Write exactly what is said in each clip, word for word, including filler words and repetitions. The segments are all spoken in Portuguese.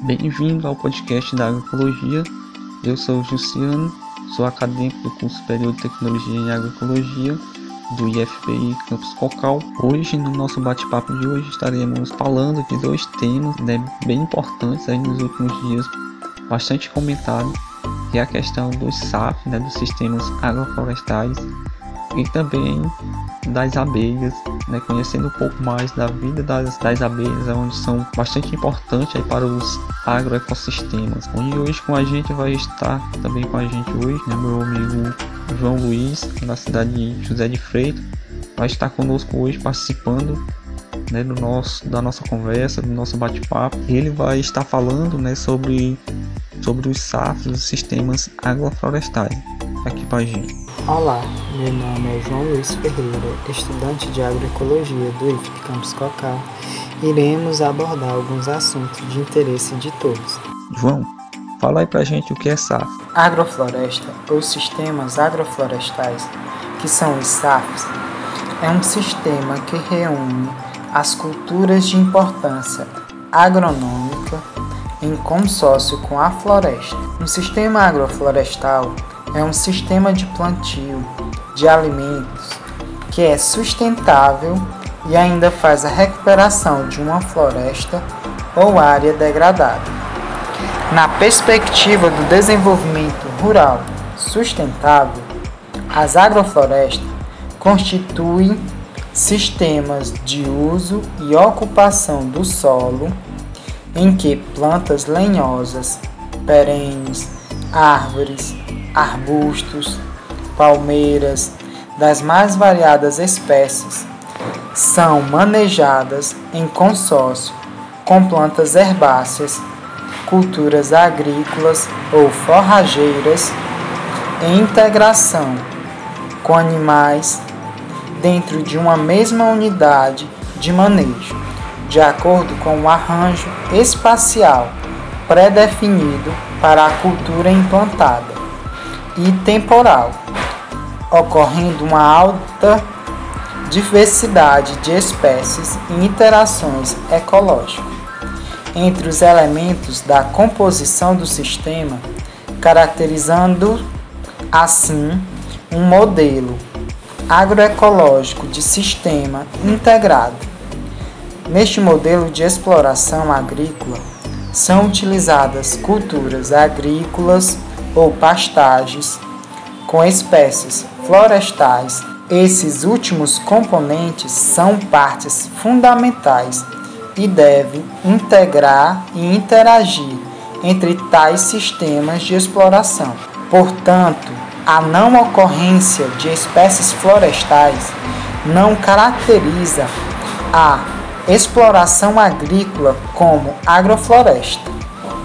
Bem-vindo ao podcast da Agroecologia. Eu sou o Jussiano, sou acadêmico do curso superior de Tecnologia em Agroecologia do I F P I Campus Cocal. Hoje, no nosso bate-papo de hoje, estaremos falando de dois temas, né, bem importantes aí nos últimos dias, bastante comentados, que é a questão dos S A F, né, dos sistemas agroflorestais, e também das abelhas, né, conhecendo um pouco mais da vida das, das abelhas, onde são bastante importantes aí para os agroecossistemas. E hoje com a gente vai estar também com a gente hoje, né, meu amigo João Luiz, da cidade de José de Freitas, vai estar conosco hoje participando, né, do nosso, da nossa conversa, do nosso bate-papo. Ele vai estar falando, né, sobre, sobre os S A Fs, os sistemas agroflorestais, aqui para a gente. Olá, meu nome é João Luiz Ferreira, estudante de Agroecologia do I F P Campus Cocal. Iremos abordar alguns assuntos de interesse de todos. João, fala aí pra gente o que é S A F. Agrofloresta, ou sistemas agroflorestais, que são os S A Fs, é um sistema que reúne as culturas de importância agronômica em consórcio com a floresta. Um sistema agroflorestal é um sistema de plantio de alimentos que é sustentável e ainda faz a recuperação de uma floresta ou área degradada. Na perspectiva do desenvolvimento rural sustentável, as agroflorestas constituem sistemas de uso e ocupação do solo em que plantas lenhosas, perenes, árvores, arbustos, palmeiras, das mais variadas espécies, são manejadas em consórcio com plantas herbáceas, culturas agrícolas ou forrageiras, em integração com animais dentro de uma mesma unidade de manejo, de acordo com o arranjo espacial pré-definido para a cultura implantada e temporal, ocorrendo uma alta diversidade de espécies e interações ecológicas entre os elementos da composição do sistema, caracterizando assim um modelo agroecológico de sistema integrado. Neste modelo de exploração agrícola são utilizadas culturas agrícolas ou pastagens com espécies florestais. Esses últimos componentes são partes fundamentais e devem integrar e interagir entre tais sistemas de exploração. Portanto, a não ocorrência de espécies florestais não caracteriza a exploração agrícola como agrofloresta,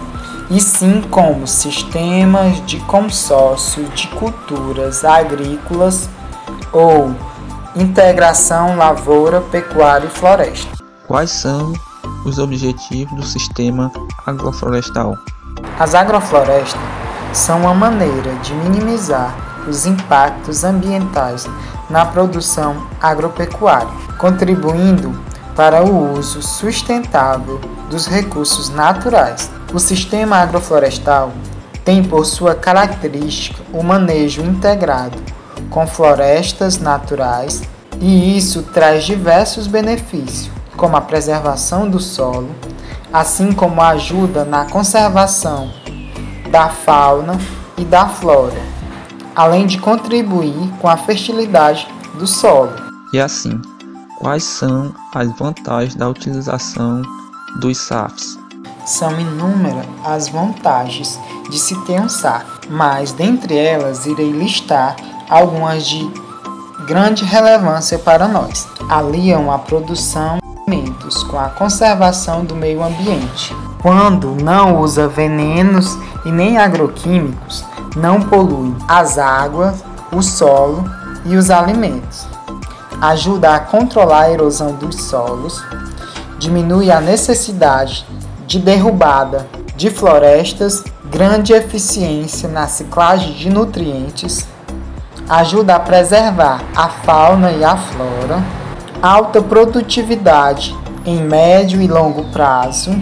e sim como sistemas de consórcio de culturas agrícolas ou integração lavoura, pecuária e floresta. Quais são os objetivos do sistema agroflorestal? As agroflorestas são uma maneira de minimizar os impactos ambientais na produção agropecuária, contribuindo para o uso sustentável dos recursos naturais. O sistema agroflorestal tem por sua característica o manejo integrado com florestas naturais, e isso traz diversos benefícios, como a preservação do solo, assim como a ajuda na conservação da fauna e da flora, além de contribuir com a fertilidade do solo. E assim, quais são as vantagens da utilização dos S A Fs? São inúmeras as vantagens de se ter um S A F, mas dentre elas irei listar algumas de grande relevância para nós. Aliam a produção de alimentos com a conservação do meio ambiente. Quando não usa venenos e nem agroquímicos, não polui as águas, o solo e os alimentos. Ajuda a controlar a erosão dos solos, diminui a necessidade de derrubada de florestas, grande eficiência na ciclagem de nutrientes, ajuda a preservar a fauna e a flora, alta produtividade em médio e longo prazo,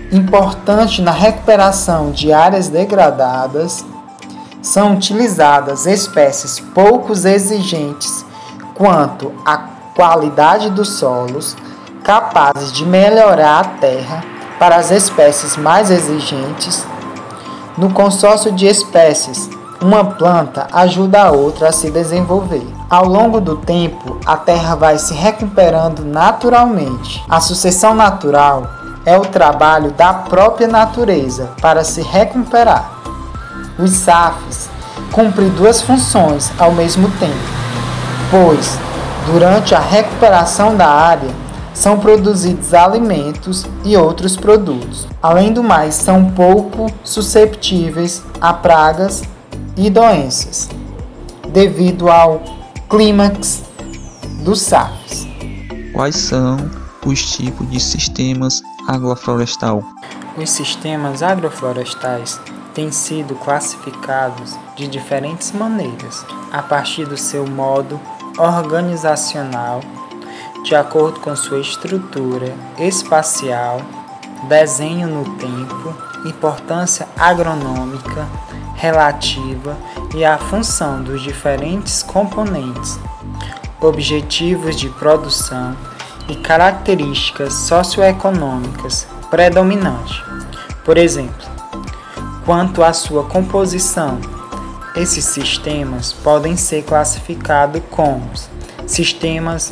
Importante na recuperação de áreas degradadas, são utilizadas espécies pouco exigentes quanto à qualidade dos solos, capazes de melhorar a terra para as espécies mais exigentes. No consórcio de espécies, uma planta ajuda a outra a se desenvolver. Ao longo do tempo, a terra vai se recuperando naturalmente. A sucessão natural é o trabalho da própria natureza para se recuperar. Os S A Fs cumprem duas funções ao mesmo tempo, pois, durante a recuperação da área, são produzidos alimentos e outros produtos. Além do mais, são pouco susceptíveis a pragas e doenças, devido ao clímax dos S A Fs. Quais são os tipos de sistemas agroflorestal? Os sistemas agroflorestais têm sido classificados de diferentes maneiras, a partir do seu modo organizacional, de acordo com sua estrutura espacial, desenho no tempo, importância agronômica relativa e a função dos diferentes componentes, objetivos de produção e características socioeconômicas predominantes. Por exemplo, quanto à sua composição, esses sistemas podem ser classificados como sistemas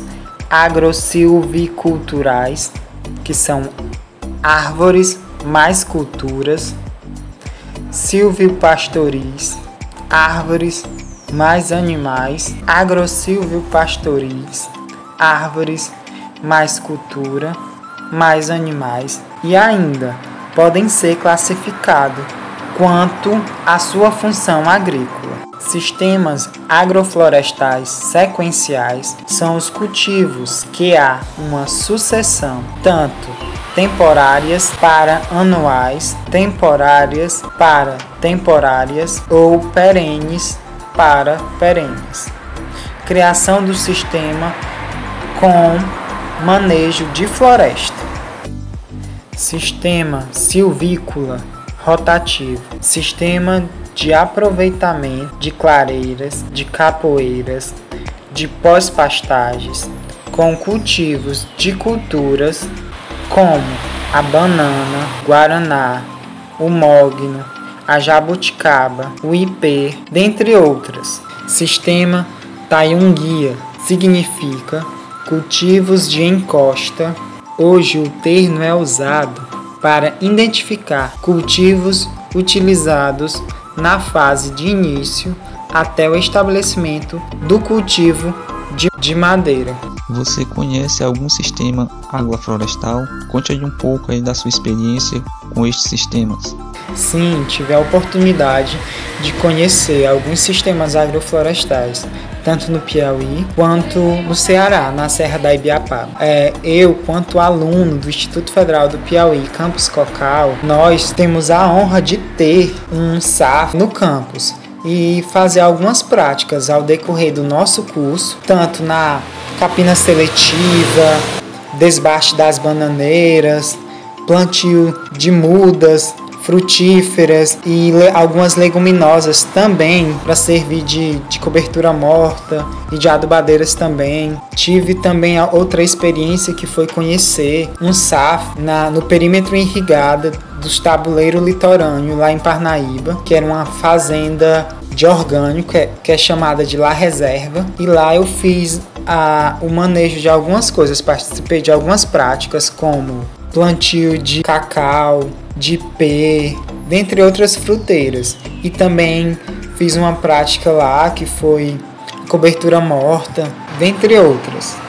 agrosilviculturais, que são árvores mais culturas, silvipastoris, árvores mais animais, agrosilvipastoris, árvores mais cultura, mais animais, e ainda podem ser classificados quanto à sua função agrícola. Sistemas agroflorestais sequenciais são os cultivos que há uma sucessão tanto temporárias para anuais, temporárias para temporárias ou perenes para perenes. Criação do sistema com manejo de floresta. Sistema silvícola rotativo. Sistema de aproveitamento de clareiras, de capoeiras, de pós-pastagens, com cultivos de culturas como a banana, guaraná, o mogno, a jabuticaba, o ipê, dentre outras. Sistema Tayunguia significa cultivos de encosta. Hoje o termo é usado para identificar cultivos utilizados na fase de início até o estabelecimento do cultivo de, de madeira. Você conhece algum sistema agroflorestal? Conte aí um pouco aí da sua experiência com estes sistemas. Sim, tive a oportunidade de conhecer alguns sistemas agroflorestais, tanto no Piauí quanto no Ceará, na Serra da Ibiapaba. É, eu, quanto aluno do Instituto Federal do Piauí, Campus Cocal, nós temos a honra de ter um S A F no campus e fazer algumas práticas ao decorrer do nosso curso, tanto na capina seletiva, desbaste das bananeiras, plantio de mudas frutíferas e le- algumas leguminosas também para servir de, de cobertura morta e de adubadeiras também. Tive também a outra experiência que foi conhecer um S A F na, no perímetro irrigado dos Tabuleiro Litorâneo lá em Parnaíba, que era uma fazenda de orgânico, que é, que é chamada de La Reserva, e lá eu fiz a, o manejo de algumas coisas, participei de algumas práticas como plantio de cacau, de ipê, dentre outras fruteiras, e também fiz uma prática lá que foi cobertura morta, dentre outras.